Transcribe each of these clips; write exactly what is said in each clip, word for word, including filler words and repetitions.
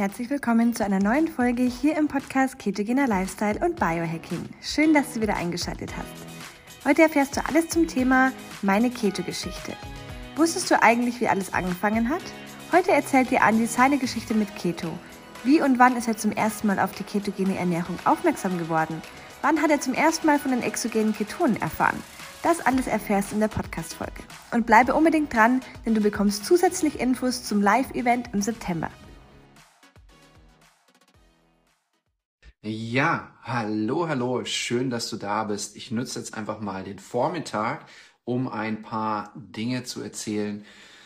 Herzlich willkommen zu einer neuen Folge hier im Podcast Ketogener Lifestyle und Biohacking. Schön, dass du wieder eingeschaltet hast. Heute erfährst du alles zum Thema meine Keto-Geschichte. Wusstest du eigentlich, wie alles angefangen hat? Heute erzählt dir Andi seine Geschichte mit Keto. Wie und wann ist er zum ersten Mal auf die ketogene Ernährung aufmerksam geworden? Wann hat er zum ersten Mal von den exogenen Ketonen erfahren? Das alles erfährst du in der Podcast-Folge. Und bleibe unbedingt dran, denn du bekommst zusätzlich Infos zum Live-Event im September. Ja, hallo, hallo, schön, dass du da bist. Ich nutze jetzt einfach mal den Vormittag, um ein paar Dinge zu erzählen,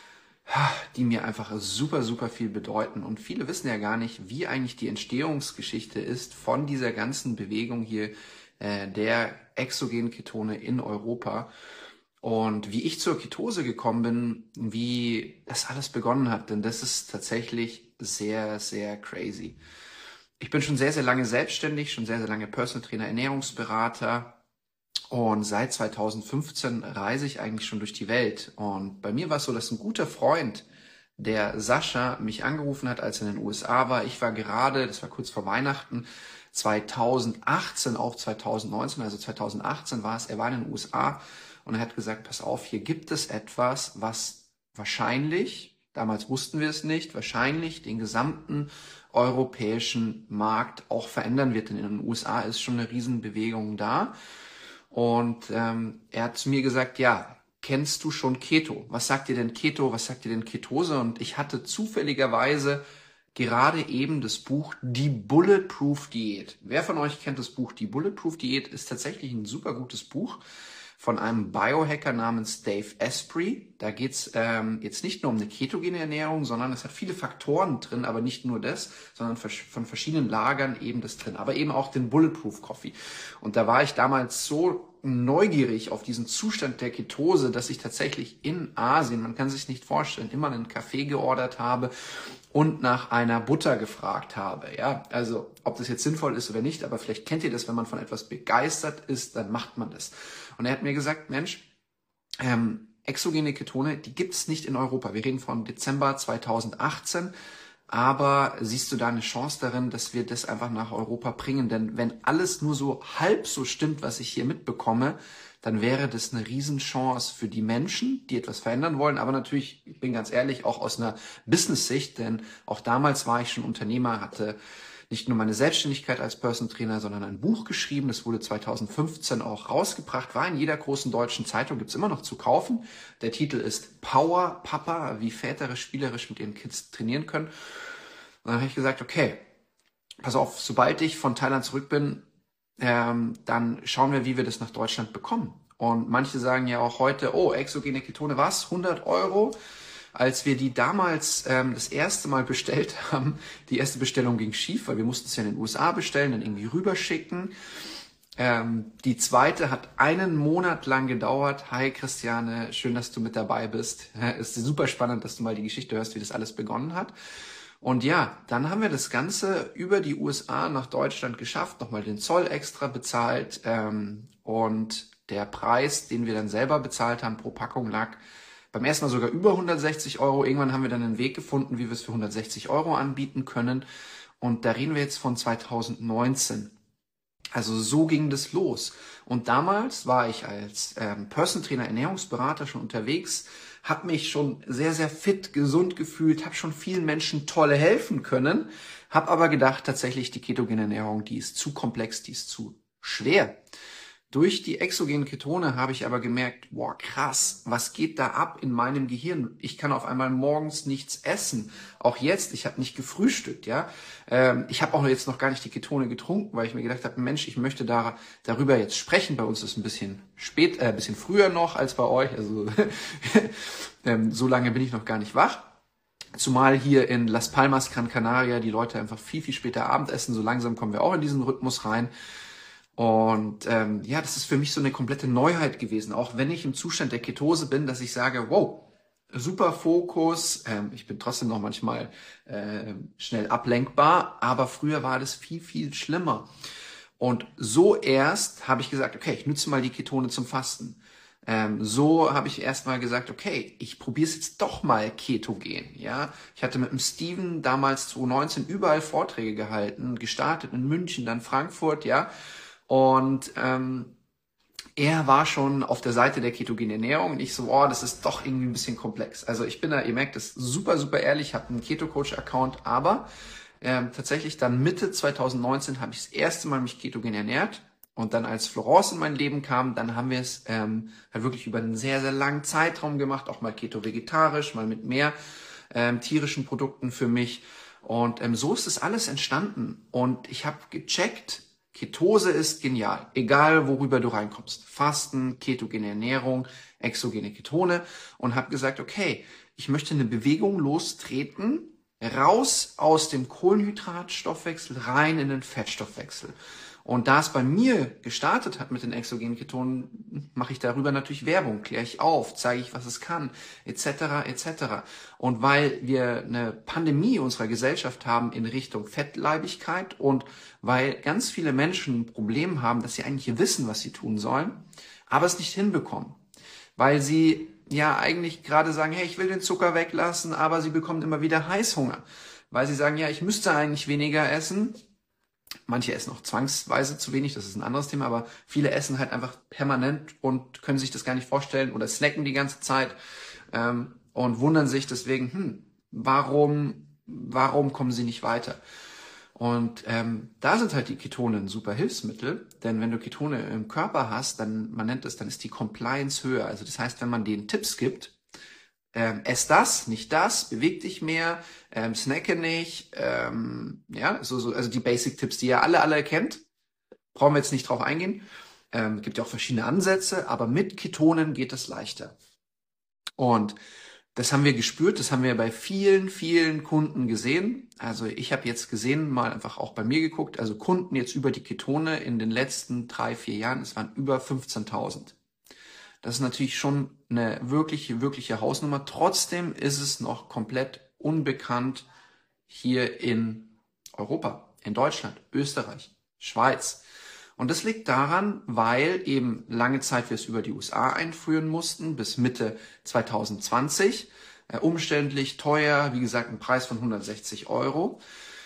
die mir einfach super, super viel bedeuten. Und viele wissen ja gar nicht, wie eigentlich die Entstehungsgeschichte ist von dieser ganzen Bewegung hier äh, der exogenen Ketone in Europa. Und wie ich zur Ketose gekommen bin, wie das alles begonnen hat, denn das ist tatsächlich sehr, sehr crazy. Ich bin schon sehr, sehr lange selbstständig, schon sehr, sehr lange Personal Trainer, Ernährungsberater und seit zweitausendfünfzehn reise ich eigentlich schon durch die Welt. Und bei mir war es so, dass ein guter Freund, der Sascha, mich angerufen hat, als er in den U S A war. Ich war gerade, das war kurz vor Weihnachten, zweitausendachtzehn auf zweitausendneunzehn, also zweitausendachtzehn war es, er war in den U S A und er hat gesagt, pass auf, hier gibt es etwas, was wahrscheinlich, damals wussten wir es nicht, wahrscheinlich den gesamten europäischen Markt auch verändern wird. Denn in den U S A ist schon eine Riesenbewegung da. Und ähm, er hat zu mir gesagt, ja, kennst du schon Keto? Was sagt dir denn Keto? Was sagt dir denn Ketose? Und ich hatte zufälligerweise gerade eben das Buch Die Bulletproof Diät. Wer von euch kennt das Buch Die Bulletproof Diät? Ist tatsächlich ein super gutes Buch von einem Biohacker namens Dave Asprey. Da geht's ähm, jetzt nicht nur um eine ketogene Ernährung, sondern es hat viele Faktoren drin, aber nicht nur das, sondern von verschiedenen Lagern eben das drin, aber eben auch den Bulletproof Coffee. Und da war ich damals so neugierig auf diesen Zustand der Ketose, dass ich tatsächlich in Asien, man kann sich nicht vorstellen, immer einen Kaffee geordert habe und nach einer Butter gefragt habe. Ja, also ob das jetzt sinnvoll ist oder nicht, aber vielleicht kennt ihr das, wenn man von etwas begeistert ist, dann macht man das. Und er hat mir gesagt, Mensch, ähm, exogene Ketone, die gibt es nicht in Europa. Wir reden von Dezember zweitausendachtzehn. Aber siehst du da eine Chance darin, dass wir das einfach nach Europa bringen? Denn wenn alles nur so halb so stimmt, was ich hier mitbekomme, dann wäre das eine Riesenchance für die Menschen, die etwas verändern wollen. Aber natürlich, ich bin ganz ehrlich, auch aus einer Business-Sicht, denn auch damals war ich schon Unternehmer, hatte nicht nur meine Selbstständigkeit als Personal Trainer, sondern ein Buch geschrieben. Das wurde zweitausendfünfzehn auch rausgebracht, war in jeder großen deutschen Zeitung, gibt's immer noch zu kaufen. Der Titel ist Power Papa, wie Väter spielerisch mit ihren Kids trainieren können. Und dann habe ich gesagt, okay, pass auf, sobald ich von Thailand zurück bin, ähm, dann schauen wir, wie wir das nach Deutschland bekommen. Und manche sagen ja auch heute, oh, exogene Ketone, was? hundert Euro? Als wir die damals ähm, das erste Mal bestellt haben, die erste Bestellung ging schief, weil wir mussten es ja in den U S A bestellen, dann irgendwie rüberschicken. Ähm, die zweite hat einen Monat lang gedauert. Hi Christiane, schön, dass du mit dabei bist. Es ist super spannend, dass du mal die Geschichte hörst, wie das alles begonnen hat. Und ja, dann haben wir das Ganze über die U S A nach Deutschland geschafft, nochmal den Zoll extra bezahlt ähm, und der Preis, den wir dann selber bezahlt haben pro Packung, lag beim ersten Mal sogar über hundertsechzig Euro. Irgendwann haben wir dann einen Weg gefunden, wie wir es für hundertsechzig Euro anbieten können. Und da reden wir jetzt von zweitausendneunzehn. Also so ging das los. Und damals war ich als ähm, Personal Trainer, Ernährungsberater schon unterwegs, habe mich schon sehr, sehr fit, gesund gefühlt, habe schon vielen Menschen toll helfen können, habe aber gedacht, tatsächlich die ketogene Ernährung, die ist zu komplex, die ist zu schwer. Durch die exogenen Ketone habe ich aber gemerkt, boah, krass, was geht da ab in meinem Gehirn? Ich kann auf einmal morgens nichts essen. Auch jetzt, ich habe nicht gefrühstückt, ja. Ähm, ich habe auch jetzt noch gar nicht die Ketone getrunken, weil ich mir gedacht habe, Mensch, ich möchte da darüber jetzt sprechen. Bei uns ist es ein bisschen spät, äh, ein bisschen früher noch als bei euch. Also ähm, so lange bin ich noch gar nicht wach. Zumal hier in Las Palmas, Gran Canaria, die Leute einfach viel, viel später Abendessen. So langsam kommen wir auch in diesen Rhythmus rein. Und ähm, ja, das ist für mich so eine komplette Neuheit gewesen, auch wenn ich im Zustand der Ketose bin, dass ich sage, wow, super Fokus, ähm, ich bin trotzdem noch manchmal äh, schnell ablenkbar, aber früher war das viel, viel schlimmer. Und so erst habe ich gesagt, okay, ich nutze mal die Ketone zum Fasten. Ähm, so habe ich erstmal gesagt, okay, ich probiere es jetzt doch mal ketogen. Ja, ich hatte mit dem Steven damals zwanzig neunzehn überall Vorträge gehalten, gestartet in München, dann Frankfurt, ja. Und ähm, er war schon auf der Seite der ketogenen Ernährung und ich so, oh, das ist doch irgendwie ein bisschen komplex. Also ich bin da, ihr merkt das, super, super ehrlich, habe einen Keto-Coach-Account, aber ähm, tatsächlich dann Mitte zwanzig neunzehn habe ich das erste Mal mich ketogen ernährt. Und dann als Florence in mein Leben kam, dann haben wir es ähm, halt wirklich über einen sehr, sehr langen Zeitraum gemacht, auch mal keto-vegetarisch, mal mit mehr ähm, tierischen Produkten für mich. Und ähm, so ist das alles entstanden. Und ich habe gecheckt, Ketose ist genial, egal worüber du reinkommst. Fasten, ketogene Ernährung, exogene Ketone. Und habe gesagt, okay, ich möchte eine Bewegung lostreten, raus aus dem Kohlenhydratstoffwechsel, rein in den Fettstoffwechsel. Und da es bei mir gestartet hat mit den exogenen Ketonen, mache ich darüber natürlich Werbung, kläre ich auf, zeige ich, was es kann, et cetera et cetera. Und weil wir eine Pandemie unserer Gesellschaft haben in Richtung Fettleibigkeit und weil ganz viele Menschen ein Problem haben, dass sie eigentlich wissen, was sie tun sollen, aber es nicht hinbekommen, weil sie ja eigentlich gerade sagen, hey, ich will den Zucker weglassen, aber sie bekommen immer wieder Heißhunger, weil sie sagen, ja, ich müsste eigentlich weniger essen. Manche essen auch zwangsweise zu wenig, das ist ein anderes Thema, aber viele essen halt einfach permanent und können sich das gar nicht vorstellen oder snacken die ganze Zeit ähm, und wundern sich deswegen, hm, warum, warum kommen sie nicht weiter? Und ähm, da sind halt die Ketone ein super Hilfsmittel, denn wenn du Ketone im Körper hast, dann, man nennt es, dann ist die Compliance höher. Also das heißt, wenn man denen Tipps gibt, Ähm, ess das, nicht das, beweg dich mehr, ähm, snacke nicht, ähm, ja, so, so, also die Basic-Tipps, die ihr alle, alle kennt, brauchen wir jetzt nicht drauf eingehen. Ähm, gibt ja auch verschiedene Ansätze, aber mit Ketonen geht es leichter. Und das haben wir gespürt, das haben wir bei vielen, vielen Kunden gesehen. Also ich habe jetzt gesehen, mal einfach auch bei mir geguckt, also Kunden jetzt über die Ketone in den letzten drei, vier Jahren, es waren über fünfzehntausend. Das ist natürlich schon eine wirkliche, wirkliche Hausnummer. Trotzdem ist es noch komplett unbekannt hier in Europa, in Deutschland, Österreich, Schweiz. Und das liegt daran, weil eben lange Zeit wir es über die U S A einführen mussten, bis Mitte zwanzig zwanzig. Äh, umständlich, teuer, wie gesagt, ein Preis von hundertsechzig Euro.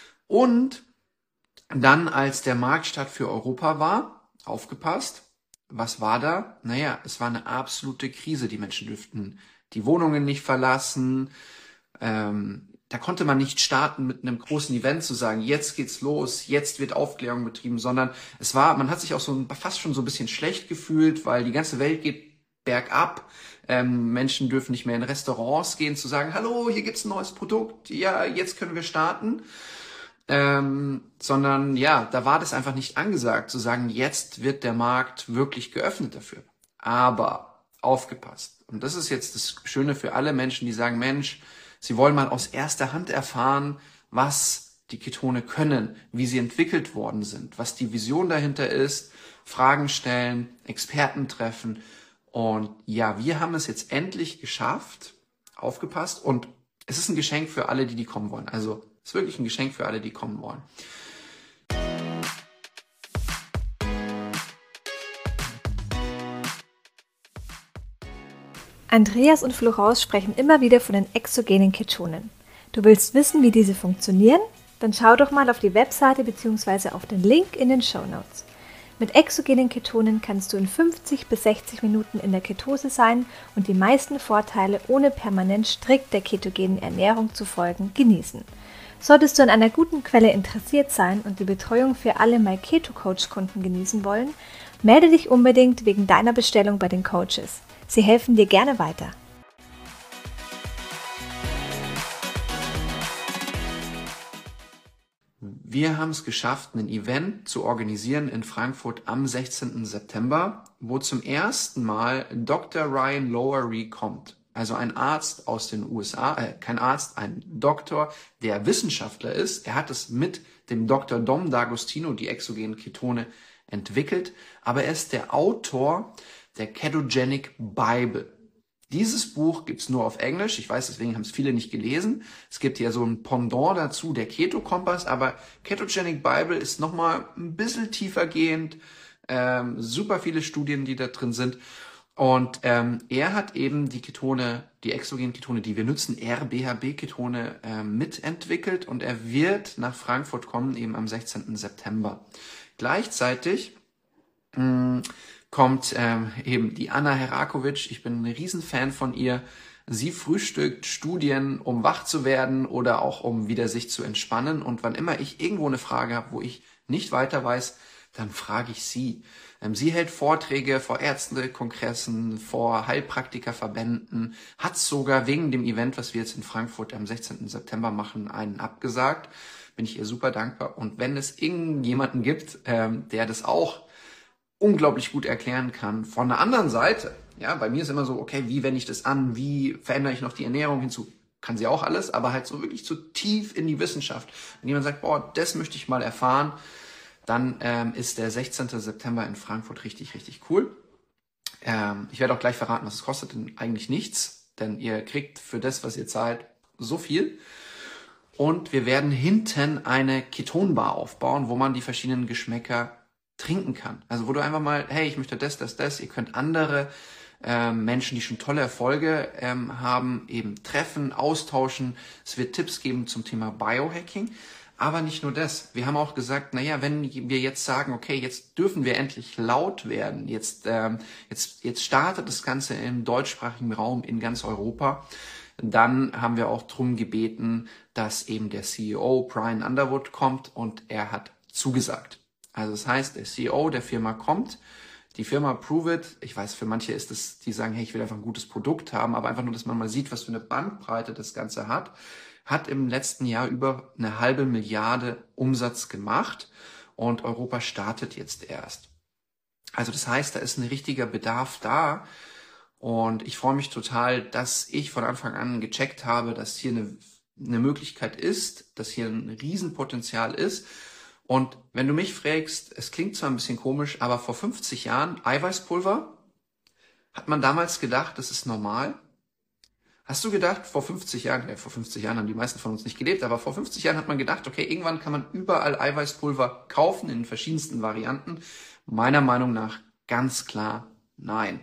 Und dann, als der Marktstart für Europa war, aufgepasst, was war da? Naja, es war eine absolute Krise. Die Menschen dürften die Wohnungen nicht verlassen. Ähm, da konnte man nicht starten mit einem großen Event zu sagen, jetzt geht's los, jetzt wird Aufklärung betrieben, sondern es war, man hat sich auch so fast schon so ein bisschen schlecht gefühlt, weil die ganze Welt geht bergab. Ähm, Menschen dürfen nicht mehr in Restaurants gehen, zu sagen, hallo, hier gibt's ein neues Produkt, ja, jetzt können wir starten. Ähm, sondern ja, da war das einfach nicht angesagt, zu sagen, jetzt wird der Markt wirklich geöffnet dafür. Aber aufgepasst. Und das ist jetzt das Schöne für alle Menschen, die sagen, Mensch, sie wollen mal aus erster Hand erfahren, was die Ketone können, wie sie entwickelt worden sind, was die Vision dahinter ist, Fragen stellen, Experten treffen. Und ja, wir haben es jetzt endlich geschafft, aufgepasst. Und es ist ein Geschenk für alle, die die kommen wollen. Also es ist wirklich ein Geschenk für alle, die kommen wollen. Andreas und Florence sprechen immer wieder von den exogenen Ketonen. Du willst wissen, wie diese funktionieren? Dann schau doch mal auf die Webseite bzw. auf den Link in den Shownotes. Mit exogenen Ketonen kannst du in fünfzig bis sechzig Minuten in der Ketose sein und die meisten Vorteile ohne permanent strikt der ketogenen Ernährung zu folgen genießen. Solltest du an einer guten Quelle interessiert sein und die Betreuung für alle MyKetoCoach-Kunden genießen wollen, melde dich unbedingt wegen deiner Bestellung bei den Coaches. Sie helfen dir gerne weiter. Wir haben es geschafft, ein Event zu organisieren in Frankfurt am sechzehnten September, wo zum ersten Mal Doktor Ryan Lowery kommt. Also ein Arzt aus den U S A, äh, kein Arzt, ein Doktor, der Wissenschaftler ist. Er hat es mit dem Doktor Dom D'Agostino, die exogenen Ketone, entwickelt. Aber er ist der Autor der Ketogenic Bible. Dieses Buch gibt's nur auf Englisch. Ich weiß, deswegen haben es viele nicht gelesen. Es gibt ja so ein Pendant dazu, der Keto-Kompass. Aber Ketogenic Bible ist nochmal ein bisschen tiefer gehend. Ähm, super viele Studien, die da drin sind. Und ähm, er hat eben die Ketone, die exogenen Ketone, die wir nutzen, R B H B-Ketone, äh, mitentwickelt und er wird nach Frankfurt kommen, eben am sechzehnten September. Gleichzeitig mh, kommt ähm, eben die Anna Herakovic, ich bin ein Riesenfan von ihr. Sie frühstückt Studien, um wach zu werden oder auch um wieder sich zu entspannen. Und wann immer ich irgendwo eine Frage habe, wo ich nicht weiter weiß, dann frage ich sie. Ähm, sie hält Vorträge vor Ärztekongressen, vor Heilpraktikerverbänden, hat sogar wegen dem Event, was wir jetzt in Frankfurt am sechzehnten September machen, einen abgesagt. Bin ich ihr super dankbar. Und wenn es irgendjemanden gibt, ähm, der das auch unglaublich gut erklären kann, von der anderen Seite, ja, bei mir ist immer so, okay, wie wende ich das an, wie verändere ich noch die Ernährung hinzu, kann sie auch alles, aber halt so wirklich zu tief in die Wissenschaft. Wenn jemand sagt, boah, das möchte ich mal erfahren, dann ähm, ist der sechzehnten September in Frankfurt richtig, richtig cool. Ähm, ich werde auch gleich verraten, was es kostet, denn eigentlich nichts, denn ihr kriegt für das, was ihr zahlt, so viel. Und wir werden hinten eine Ketonbar aufbauen, wo man die verschiedenen Geschmäcker trinken kann. Also wo du einfach mal, hey, ich möchte das, das, das. Ihr könnt andere ähm, Menschen, die schon tolle Erfolge ähm, haben, eben treffen, austauschen. Es wird Tipps geben zum Thema Biohacking. Aber nicht nur das. Wir haben auch gesagt, naja, wenn wir jetzt sagen, okay, jetzt dürfen wir endlich laut werden. Jetzt, ähm, jetzt, jetzt startet das Ganze im deutschsprachigen Raum in ganz Europa. Dann haben wir auch drum gebeten, dass eben der C E O Brian Underwood kommt und er hat zugesagt. Also das heißt, der C E O der Firma kommt, die Firma Prove It, ich weiß, für manche ist es, die sagen, hey, ich will einfach ein gutes Produkt haben, aber einfach nur, dass man mal sieht, was für eine Bandbreite das Ganze hat, hat im letzten Jahr über eine halbe Milliarde Umsatz gemacht und Europa startet jetzt erst. Also das heißt, da ist ein richtiger Bedarf da und ich freue mich total, dass ich von Anfang an gecheckt habe, dass hier eine, eine Möglichkeit ist, dass hier ein Riesenpotenzial ist. Und wenn du mich fragst, es klingt zwar ein bisschen komisch, aber vor fünfzig Jahren Eiweißpulver, hat man damals gedacht, das ist normal? Hast du gedacht, vor fünfzig Jahren, ja, vor fünfzig Jahren haben die meisten von uns nicht gelebt, aber vor fünfzig Jahren hat man gedacht, okay, irgendwann kann man überall Eiweißpulver kaufen in den verschiedensten Varianten. Meiner Meinung nach ganz klar nein.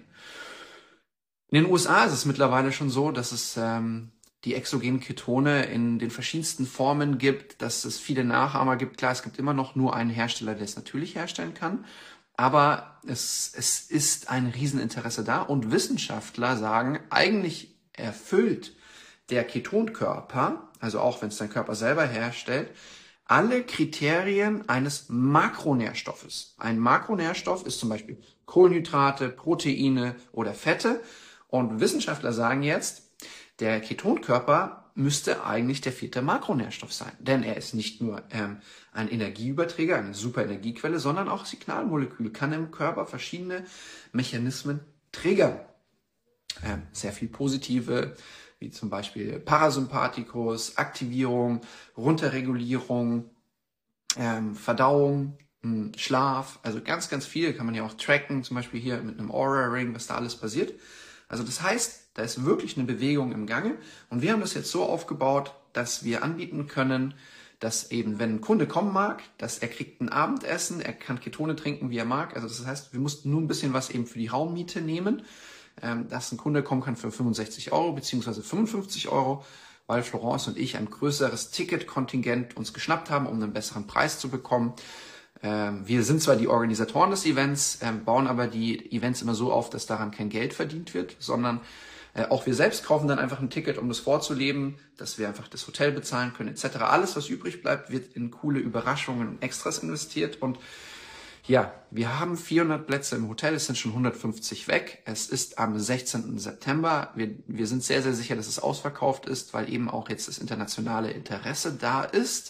In den U S A ist es mittlerweile schon so, dass es ähm, die exogenen Ketone in den verschiedensten Formen gibt, dass es viele Nachahmer gibt. Klar, es gibt immer noch nur einen Hersteller, der es natürlich herstellen kann, aber es, es ist ein Rieseninteresse da und Wissenschaftler sagen, eigentlich erfüllt der Ketonkörper, also auch wenn es dein Körper selber herstellt, alle Kriterien eines Makronährstoffes. Ein Makronährstoff ist zum Beispiel Kohlenhydrate, Proteine oder Fette und Wissenschaftler sagen jetzt, der Ketonkörper müsste eigentlich der vierte Makronährstoff sein, denn er ist nicht nur ähm, ein Energieüberträger, eine super Energiequelle, sondern auch Signalmolekül, kann im Körper verschiedene Mechanismen triggern. Ähm, sehr viel positive, wie zum Beispiel Parasympathikus, Aktivierung, Runterregulierung, ähm, Verdauung, mh, Schlaf, also ganz, ganz viel kann man ja auch tracken, zum Beispiel hier mit einem Oura-Ring, was da alles passiert. Also das heißt, da ist wirklich eine Bewegung im Gange und wir haben das jetzt so aufgebaut, dass wir anbieten können, dass eben, wenn ein Kunde kommen mag, dass er kriegt ein Abendessen, er kann Ketone trinken, wie er mag. Also das heißt, wir mussten nur ein bisschen was eben für die Raummiete nehmen, ähm, dass ein Kunde kommen kann für fünfundsechzig Euro beziehungsweise fünfundfünfzig Euro, weil Florence und ich ein größeres Ticketkontingent uns geschnappt haben, um einen besseren Preis zu bekommen. Ähm, wir sind zwar die Organisatoren des Events, ähm, bauen aber die Events immer so auf, dass daran kein Geld verdient wird, sondern äh, auch wir selbst kaufen dann einfach ein Ticket, um das vorzuleben, dass wir einfach das Hotel bezahlen können et cetera. Alles, was übrig bleibt, wird in coole Überraschungen und Extras investiert und ja, wir haben vierhundert Plätze im Hotel, es sind schon hundertfünfzig weg. Es ist am sechzehnten September. Wir, wir sind sehr, sehr sicher, dass es ausverkauft ist, weil eben auch jetzt das internationale Interesse da ist,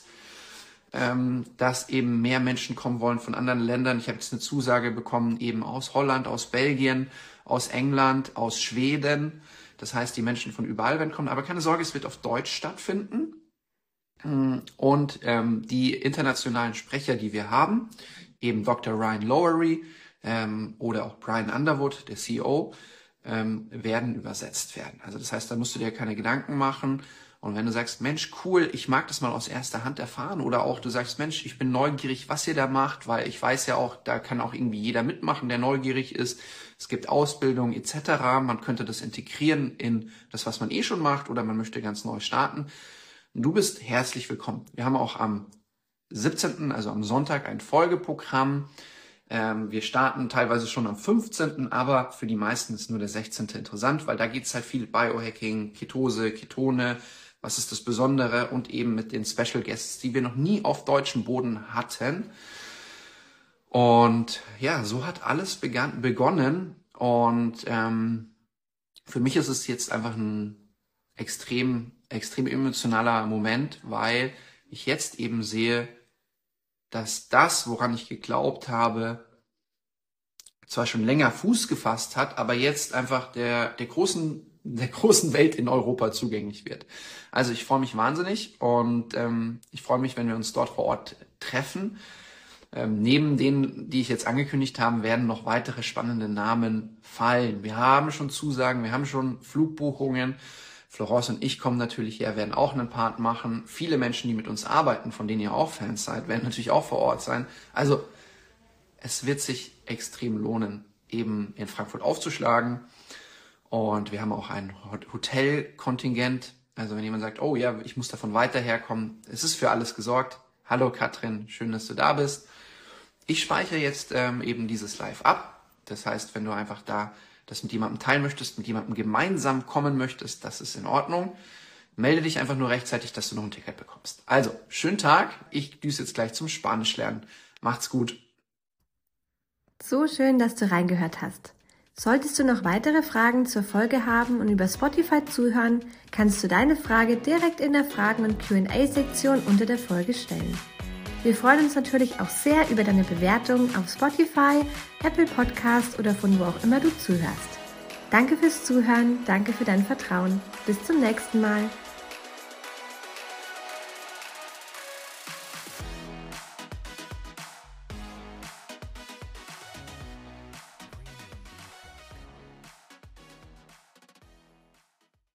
ähm, dass eben mehr Menschen kommen wollen von anderen Ländern. Ich habe jetzt eine Zusage bekommen, eben aus Holland, aus Belgien, aus England, aus Schweden. Das heißt, die Menschen von überall werden kommen. Aber keine Sorge, es wird auf Deutsch stattfinden. Und ähm, die internationalen Sprecher, die wir haben, eben Doktor Ryan Lowery ähm, oder auch Brian Underwood, der C E O, ähm, werden übersetzt werden. Also das heißt, da musst du dir keine Gedanken machen. Und wenn du sagst, Mensch, cool, ich mag das mal aus erster Hand erfahren, oder auch du sagst, Mensch, ich bin neugierig, was ihr da macht, weil ich weiß ja auch, da kann auch irgendwie jeder mitmachen, der neugierig ist. Es gibt Ausbildung et cetera. Man könnte das integrieren in das, was man eh schon macht, oder man möchte ganz neu starten. Du bist herzlich willkommen. Wir haben auch am siebzehnten, also am Sonntag, ein Folgeprogramm. Ähm, wir starten teilweise schon am fünfzehnten, aber für die meisten ist nur der sechzehnte interessant, weil da geht es halt viel Biohacking, Ketose, Ketone, was ist das Besondere, und eben mit den Special Guests, die wir noch nie auf deutschem Boden hatten. Und ja, so hat alles begann, begonnen und ähm, für mich ist es jetzt einfach ein extrem, extrem emotionaler Moment, weil ich jetzt eben sehe, dass das, woran ich geglaubt habe, zwar schon länger Fuß gefasst hat, aber jetzt einfach der, der großen, der großen Welt in Europa zugänglich wird. Also ich freue mich wahnsinnig und ähm, ich freue mich, wenn wir uns dort vor Ort treffen. Ähm, neben denen, die ich jetzt angekündigt habe, werden noch weitere spannende Namen fallen. Wir haben schon Zusagen, wir haben schon Flugbuchungen. Florence und ich kommen natürlich her, werden auch einen Part machen. Viele Menschen, die mit uns arbeiten, von denen ihr auch Fans seid, werden natürlich auch vor Ort sein. Also es wird sich extrem lohnen, eben in Frankfurt aufzuschlagen. Und wir haben auch ein Hotelkontingent. Also wenn jemand sagt, oh ja, ich muss davon weiter herkommen, es ist für alles gesorgt. Hallo Katrin, schön, dass du da bist. Ich speichere jetzt ähm, eben dieses Live ab. Das heißt, wenn du einfach da das mit jemandem teilen möchtest, mit jemandem gemeinsam kommen möchtest, das ist in Ordnung. Melde dich einfach nur rechtzeitig, dass du noch ein Ticket bekommst. Also, schönen Tag. Ich düse jetzt gleich zum Spanisch lernen. Macht's gut. So schön, dass du reingehört hast. Solltest du noch weitere Fragen zur Folge haben und über Spotify zuhören, kannst du deine Frage direkt in der Fragen- und Q und A-Sektion unter der Folge stellen. Wir freuen uns natürlich auch sehr über deine Bewertung auf Spotify, Apple Podcast oder von wo auch immer du zuhörst. Danke fürs Zuhören, danke für dein Vertrauen. Bis zum nächsten Mal.